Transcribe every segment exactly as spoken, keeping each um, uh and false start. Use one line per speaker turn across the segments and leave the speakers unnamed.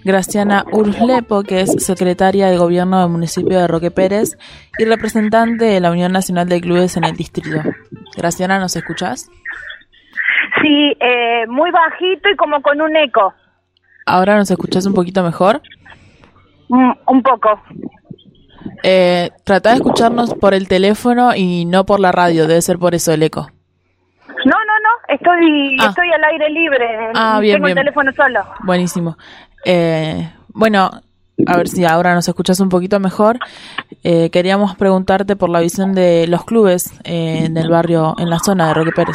Graciana Urlepo, que es secretaria de Gobierno del municipio de Roque Pérez y representante de la Unión Nacional de Clubes en el distrito. Graciana, ¿nos escuchás?
Sí, eh, muy bajito y como con un eco.
¿Ahora nos escuchás un poquito mejor?
Mm, un poco.
Eh, tratá de escucharnos por el teléfono y no por la radio, debe ser por eso el eco.
No, no, no, estoy ah. estoy al aire libre,
ah, bien,
tengo
bien.
el teléfono solo.
Buenísimo. Eh, bueno, a ver si ahora nos escuchás un poquito mejor. Eh, queríamos preguntarte por la visión de los clubes eh, en el barrio, en la zona de Roque Pérez.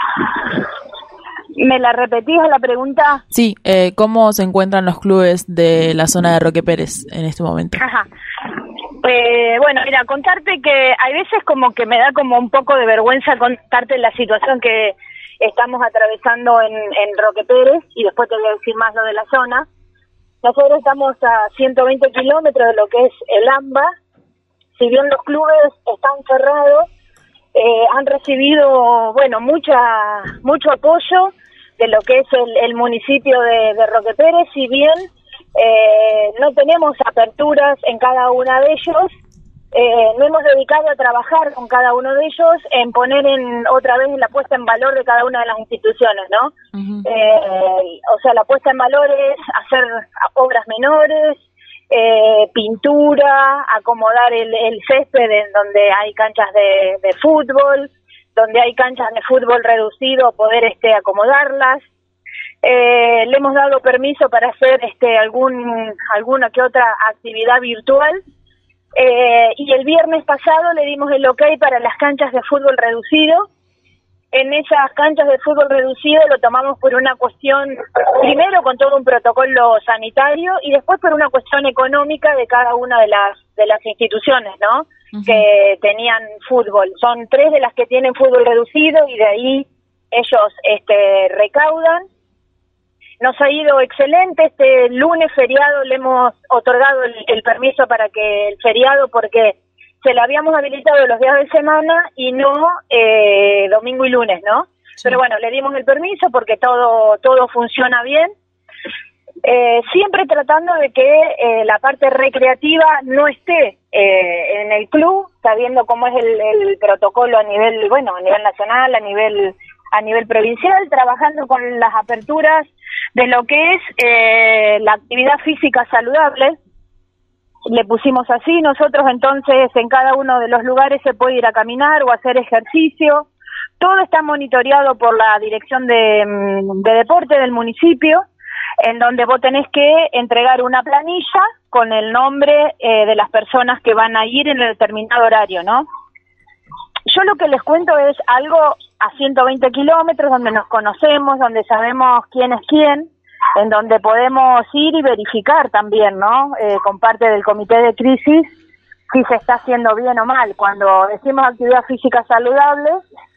¿Me la repetís la pregunta?
Sí, eh, ¿cómo se encuentran los clubes de la zona de Roque Pérez en este momento?
Ajá. Eh, bueno, mira, contarte que hay veces como que me da como un poco de vergüenza contarte la situación que estamos atravesando en, en Roque Pérez y después te voy a decir más lo de la zona. Nosotros estamos a ciento veinte kilómetros de lo que es el AMBA. Si bien los clubes están cerrados, eh, han recibido, bueno, mucha mucho apoyo de lo que es el, el municipio de, de Roque Pérez, si bien Eh, no tenemos aperturas en cada una de ellos, eh, nos hemos dedicado a trabajar con cada uno de ellos en poner en otra vez la puesta en valor de cada una de las instituciones, ¿no? Uh-huh. Eh, o sea, la puesta en valor es hacer obras menores, eh, pintura, acomodar el, el césped en donde hay canchas de, de fútbol, donde hay canchas de fútbol reducido, poder este acomodarlas. Eh, le hemos dado permiso para hacer este algún alguna que otra actividad virtual eh, y el viernes pasado le dimos el ok para las canchas de fútbol reducido. En esas canchas de fútbol reducido lo tomamos por una cuestión, primero con todo un protocolo sanitario y después por una cuestión económica de cada una de las de las instituciones, ¿no? Uh-huh. Que tenían fútbol. Son tres de las que tienen fútbol reducido y de ahí ellos este recaudan. Nos ha ido excelente, este lunes feriado le hemos otorgado el, el permiso para que el feriado, porque se lo habíamos habilitado los días de semana y no eh, domingo y lunes, ¿no? Sí. Pero bueno, le dimos el permiso porque todo todo funciona bien, eh, siempre tratando de que eh, la parte recreativa no esté eh, en el club, sabiendo cómo es el, el protocolo a nivel, bueno, a nivel nacional, a nivel a nivel provincial, trabajando con las aperturas de lo que es eh, la actividad física saludable. Le pusimos así, nosotros entonces en cada uno de los lugares se puede ir a caminar o hacer ejercicio. Todo está monitoreado por la dirección de, de deporte del municipio, en donde vos tenés que entregar una planilla con el nombre eh, de las personas que van a ir en el determinado horario, ¿no? Yo lo que les cuento es algo a ciento veinte kilómetros, donde nos conocemos, donde sabemos quién es quién, en donde podemos ir y verificar también, ¿no? Eh, con parte del comité de crisis, si se está haciendo bien o mal. Cuando decimos actividad física saludable,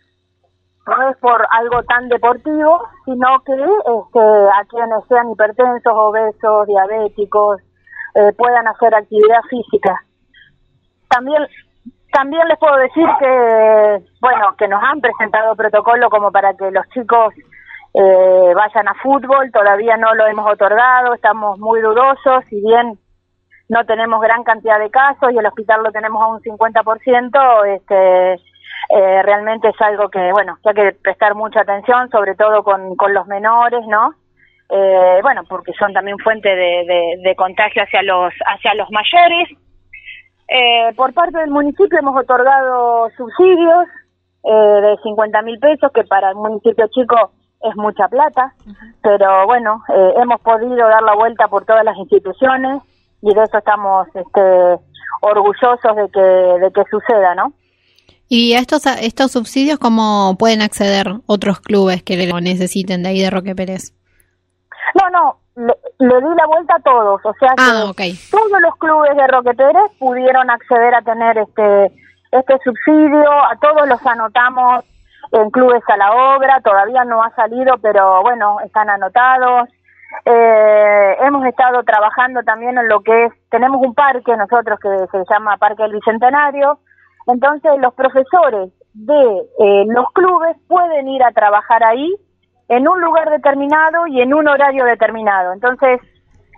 no es por algo tan deportivo, sino que este, a quienes sean hipertensos, obesos, diabéticos, eh, puedan hacer actividad física. También También les puedo decir que, bueno, que nos han presentado protocolo como para que los chicos eh, vayan a fútbol, todavía no lo hemos otorgado, estamos muy dudosos, si bien no tenemos gran cantidad de casos y el hospital lo tenemos a un cincuenta por ciento, este, eh, realmente es algo que, bueno, que hay que prestar mucha atención, sobre todo con, con los menores, ¿no? Eh, bueno, porque son también fuente de, de, de contagio hacia los, hacia los mayores. Eh, por parte del municipio hemos otorgado subsidios eh, de cincuenta mil pesos, que para el municipio chico es mucha plata, uh-huh. Pero bueno, eh, hemos podido dar la vuelta por todas las instituciones y de eso estamos este, orgullosos de que de que suceda, ¿no?
¿Y a estos, a estos subsidios cómo pueden acceder otros clubes que lo necesiten de ahí de Roque Pérez?
No, no, le, le di la vuelta a todos, o sea que
ah, okay.
Todos los clubes de Roque Pérez pudieron acceder a tener este este subsidio, a todos los anotamos en Clubes a la Obra, todavía no ha salido, pero bueno, están anotados. Eh, hemos estado trabajando también en lo que es, tenemos un parque nosotros que se llama Parque del Bicentenario, entonces los profesores de eh, los clubes pueden ir a trabajar ahí en un lugar determinado y en un horario determinado. Entonces,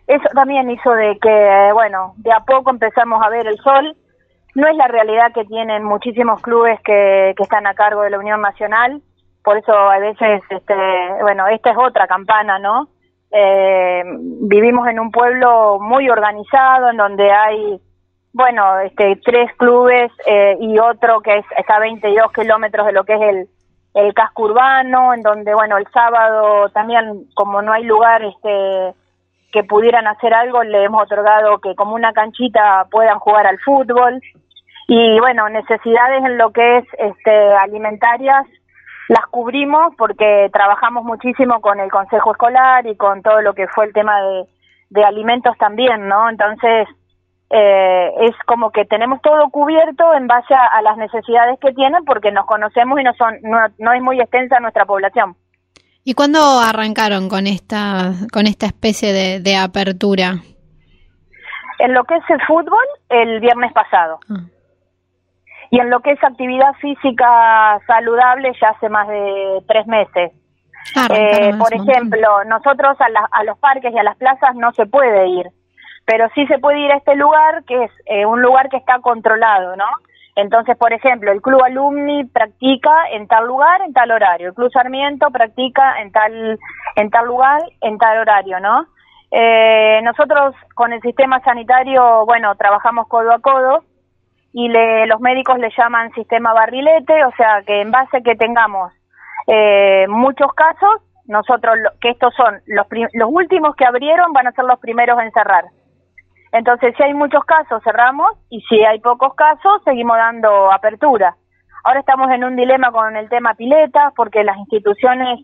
eso también hizo de que, bueno, de a poco empezamos a ver el sol. No es la realidad que tienen muchísimos clubes que, que están a cargo de la Unión Nacional, por eso a veces, este, bueno, esta es otra campana, ¿no? Eh, vivimos en un pueblo muy organizado, en donde hay, bueno, este, tres clubes eh, y otro que es, está a veintidós kilómetros de lo que es el, el casco urbano, en donde, bueno, el sábado también, como no hay lugar, este, que pudieran hacer algo, le hemos otorgado que como una canchita puedan jugar al fútbol. Y bueno, necesidades en lo que es este alimentarias las cubrimos porque trabajamos muchísimo con el consejo escolar y con todo lo que fue el tema de, de alimentos también, ¿no? Entonces, eh, es como que tenemos todo cubierto en base a, a las necesidades que tienen porque nos conocemos y no son no, no es muy extensa nuestra población.
¿Y cuándo arrancaron con esta con esta especie de, de apertura?
En lo que es el fútbol, el viernes pasado. Ah. Y en lo que es actividad física saludable ya hace más de tres meses. Ah, eh, por ejemplo, nosotros a, la, a los parques y a las plazas no se puede ir, pero sí se puede ir a este lugar que es eh, un lugar que está controlado, ¿no? Entonces, por ejemplo, el Club Alumni practica en tal lugar, en tal horario. El Club Sarmiento practica en tal en tal lugar, en tal horario, ¿no? Eh, nosotros con el sistema sanitario, bueno, trabajamos codo a codo. Y le, los médicos le llaman sistema barrilete, o sea que en base a que tengamos eh, muchos casos, nosotros, que estos son los, prim, los últimos que abrieron, van a ser los primeros en cerrar. Entonces, si hay muchos casos, cerramos, y si hay pocos casos, seguimos dando apertura. Ahora estamos en un dilema con el tema piletas, porque las instituciones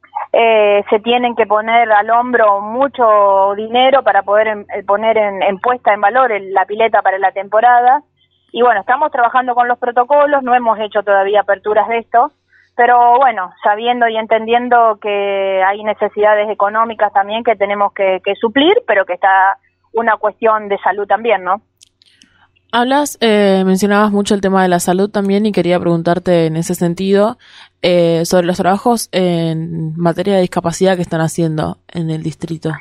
eh, se tienen que poner al hombro mucho dinero para poder en, poner en, en puesta en valor el, la pileta para la temporada. Y bueno, estamos trabajando con los protocolos, no hemos hecho todavía aperturas de esto, pero bueno, sabiendo y entendiendo que hay necesidades económicas también que tenemos que, que suplir, pero que está una cuestión de salud también, ¿no?
Hablas, eh, mencionabas mucho el tema de la salud también y quería preguntarte en ese sentido eh, sobre los trabajos en materia de discapacidad que están haciendo en el distrito.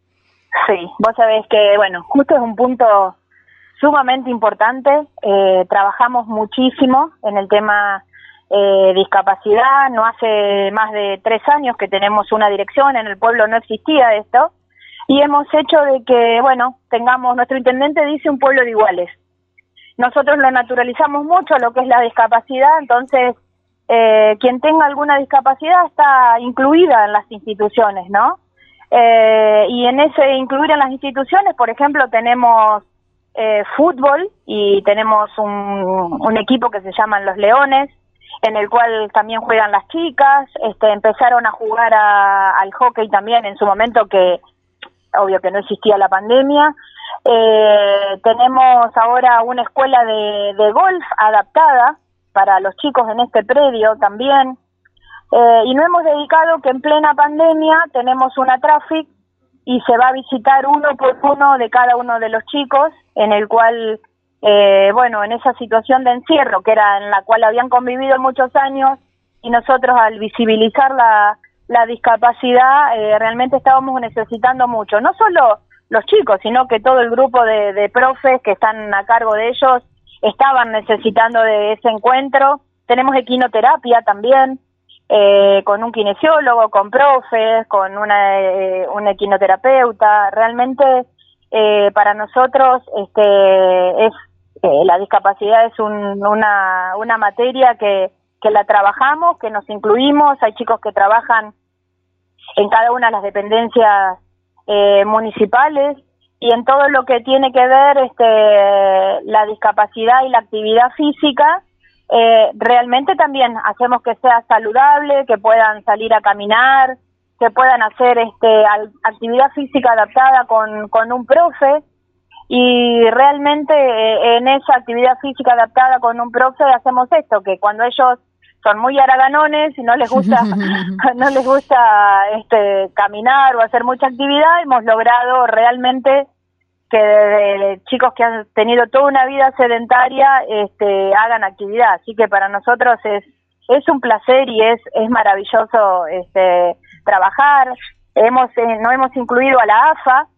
Sí, vos sabés que, bueno, justo es un punto sumamente importante, eh, trabajamos muchísimo en el tema eh, discapacidad, no hace más de tres años que tenemos una dirección, en el pueblo no existía esto, y hemos hecho de que, bueno, tengamos, nuestro intendente dice un pueblo de iguales. Nosotros lo naturalizamos mucho lo que es la discapacidad, entonces eh, quien tenga alguna discapacidad está incluida en las instituciones, ¿no? Eh, y en ese incluir en las instituciones, por ejemplo, tenemos Eh, fútbol y tenemos un, un equipo que se llaman Los Leones, en el cual también juegan las chicas, este, empezaron a jugar a, al hockey también en su momento, que obvio que no existía la pandemia. Eh, tenemos ahora una escuela de, de golf adaptada para los chicos en este predio también, eh, y nos hemos dedicado que en plena pandemia tenemos una traffic y se va a visitar uno por uno de cada uno de los chicos, en el cual, eh, bueno, en esa situación de encierro, que era en la cual habían convivido muchos años, y nosotros al visibilizar la, la discapacidad, eh, realmente estábamos necesitando mucho, no solo los chicos, sino que todo el grupo de, de profes que están a cargo de ellos estaban necesitando de ese encuentro. Tenemos equinoterapia también, Eh, con un kinesiólogo, con profes, con una, eh, una equinoterapeuta. Realmente eh, para nosotros este es eh, la discapacidad es un, una, una materia que, que la trabajamos, que nos incluimos. Hay chicos que trabajan en cada una de las dependencias eh, municipales, y en todo lo que tiene que ver este la discapacidad y la actividad física. Eh, realmente también hacemos que sea saludable, que puedan salir a caminar, que puedan hacer este al, actividad física adaptada con, con un profe, y realmente eh, en esa actividad física adaptada con un profe hacemos esto, que cuando ellos son muy haraganones y no les gusta no les gusta este caminar o hacer mucha actividad, hemos logrado realmente que de chicos que han tenido toda una vida sedentaria este, hagan actividad. Así que para nosotros es es un placer y es es maravilloso este, trabajar. Hemos eh, no hemos incluido a la A F A,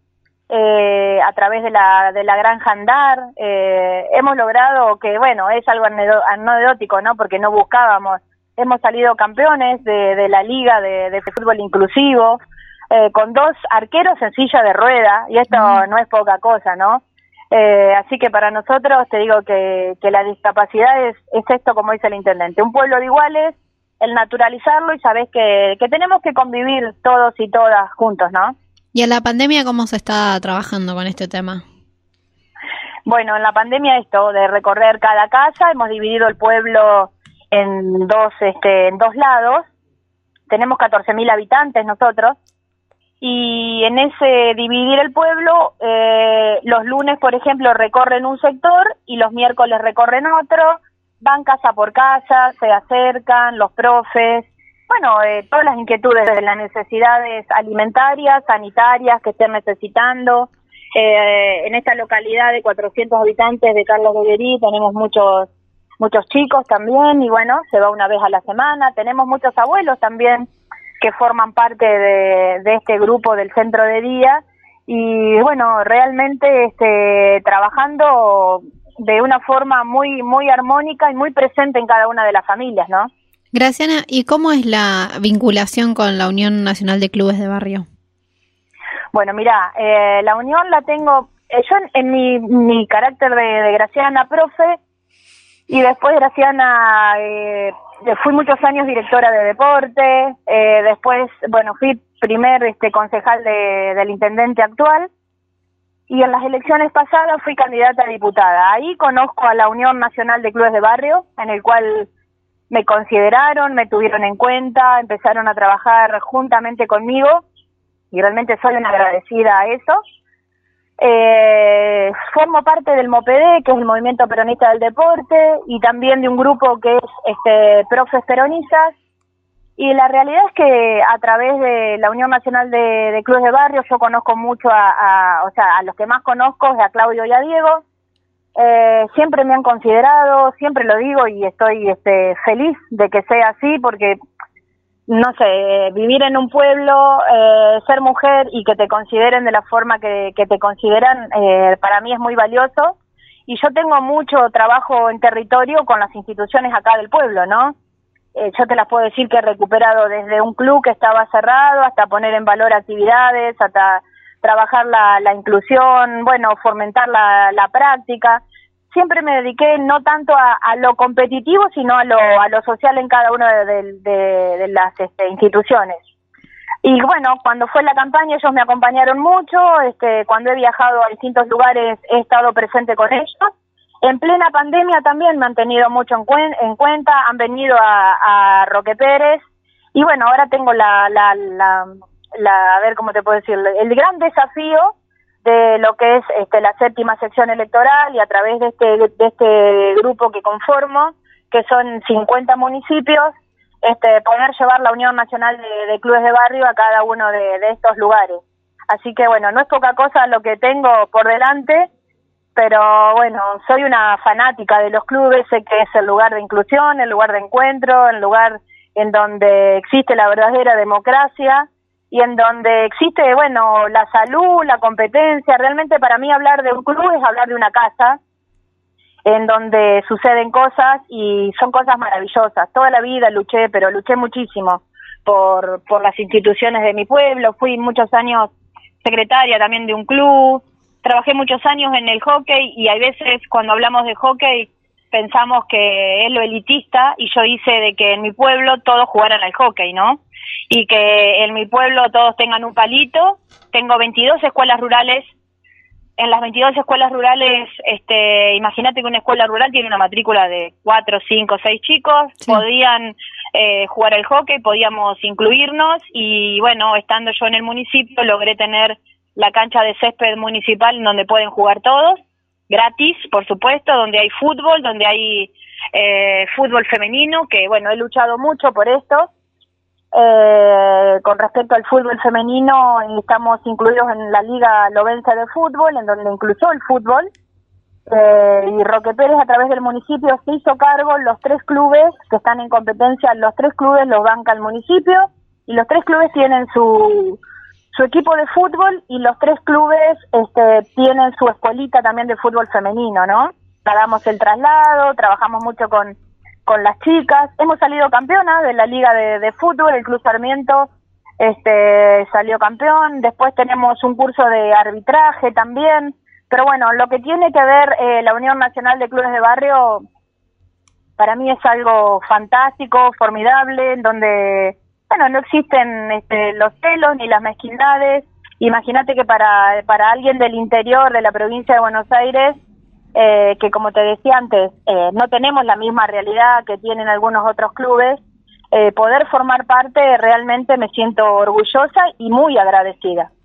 eh, a través de la de la Granja Andar, eh, hemos logrado que, bueno, es algo anecdótico, ¿no? Porque no buscábamos, hemos salido campeones de, de la liga de, de fútbol inclusivo, eh, con dos arqueros en silla de rueda, y esto uh-huh. no es poca cosa, ¿no? Eh, así que para nosotros, te digo que, que la discapacidad es, es esto, como dice el intendente, un pueblo de iguales, el naturalizarlo, y sabés que, que tenemos que convivir todos y todas juntos, ¿no?
¿Y en la pandemia cómo se está trabajando con este tema?
Bueno, en la pandemia esto, de recorrer cada casa, hemos dividido el pueblo en dos, este, en dos lados, tenemos catorce mil habitantes nosotros, y en ese dividir el pueblo, eh, los lunes, por ejemplo, recorren un sector y los miércoles recorren otro, van casa por casa, se acercan los profes, bueno, eh, todas las inquietudes de las necesidades alimentarias, sanitarias que estén necesitando. Eh, en esta localidad de cuatrocientos habitantes de Carlos de Guerí tenemos muchos muchos chicos también, y bueno, se va una vez a la semana. Tenemos muchos abuelos también que forman parte de, de este grupo del centro de día, y bueno, realmente este, trabajando de una forma muy muy armónica y muy presente en cada una de las familias, ¿no?
Graciana, ¿y cómo es la vinculación con la Unión Nacional de Clubes de Barrio?
Bueno, mira, eh, la unión la tengo, eh, yo en, en mi, mi carácter de, de Graciana profe, y después Graciana, eh, fui muchos años directora de deporte, eh, después, bueno, fui primer este concejal de, del intendente actual, y en las elecciones pasadas fui candidata a diputada. Ahí conozco a la Unión Nacional de Clubes de Barrio, en el cual me consideraron, me tuvieron en cuenta, empezaron a trabajar juntamente conmigo, y realmente soy una agradecida a eso. Eh, formo parte del MOPEDE, que es el Movimiento Peronista del Deporte, y también de un grupo que es este Profes Peronistas, y la realidad es que a través de la Unión Nacional de, de Clubes de Barrio yo conozco mucho a, a, o sea, a los que más conozco es a Claudio y a Diego. Eh, siempre me han considerado, siempre lo digo, y estoy este, feliz de que sea así, porque no sé, vivir en un pueblo, eh, ser mujer y que te consideren de la forma que, que te consideran, eh, para mí es muy valioso, y yo tengo mucho trabajo en territorio con las instituciones acá del pueblo, ¿no? Eh, yo te las puedo decir que he recuperado desde un club que estaba cerrado hasta poner en valor actividades, hasta trabajar la, la inclusión, bueno, fomentar la, la práctica. Siempre me dediqué no tanto a, a lo competitivo, sino a lo, a lo social en cada una de, de, de, de las este, instituciones. Y bueno, cuando fue la campaña ellos me acompañaron mucho, este, cuando he viajado a distintos lugares he estado presente con ellos. En plena pandemia también me han tenido mucho en, cuen en cuenta, han venido a, a Roque Pérez, y bueno, ahora tengo la, la, la, la, a ver cómo te puedo decir, el gran desafío de lo que es este, la séptima sección electoral, y a través de este, de este grupo que conformo, que son cincuenta municipios, este, poder llevar la Unión Nacional de, de Clubes de Barrio a cada uno de, de estos lugares. Así que bueno, no es poca cosa lo que tengo por delante, pero bueno, soy una fanática de los clubes, sé que es el lugar de inclusión, el lugar de encuentro, el lugar en donde existe la verdadera democracia, y en donde existe, bueno, la salud, la competencia. Realmente para mí hablar de un club es hablar de una casa en donde suceden cosas, y son cosas maravillosas. Toda la vida luché, pero luché muchísimo por, por las instituciones de mi pueblo. Fui muchos años secretaria también de un club, trabajé muchos años en el hockey, y hay veces cuando hablamos de hockey pensamos que es lo elitista, y yo hice de que en mi pueblo todos jugaran al hockey, ¿no? Y que en mi pueblo todos tengan un palito. Tengo veintidós escuelas rurales. En las veintidós escuelas rurales, este, imagínate que una escuela rural tiene una matrícula de cuatro, cinco, seis chicos, sí. Podían eh, jugar al hockey, podíamos incluirnos, y bueno, estando yo en el municipio logré tener la cancha de césped municipal en donde pueden jugar todos, gratis, por supuesto, donde hay fútbol, donde hay eh, fútbol femenino, que bueno, he luchado mucho por esto. Eh, con respecto al fútbol femenino, estamos incluidos en la Liga Lobense de Fútbol, en donde incluyó el fútbol, eh, y Roque Pérez a través del municipio se hizo cargo. Los tres clubes que están en competencia, los tres clubes los banca el municipio, y los tres clubes tienen su su equipo de fútbol y los tres clubes este, tienen su escuelita también de fútbol femenino, ¿no? Pagamos el traslado, trabajamos mucho con, con las chicas, hemos salido campeonas de la liga de, de fútbol, el Club Sarmiento este, salió campeón, después tenemos un curso de arbitraje también, pero bueno, lo que tiene que ver eh, la Unión Nacional de Clubes de Barrio, para mí es algo fantástico, formidable, en donde, bueno, no existen este, los celos ni las mezquindades. Imagínate que para, para alguien del interior de la provincia de Buenos Aires, eh, que como te decía antes, eh, no tenemos la misma realidad que tienen algunos otros clubes, eh, poder formar parte realmente me siento orgullosa y muy agradecida.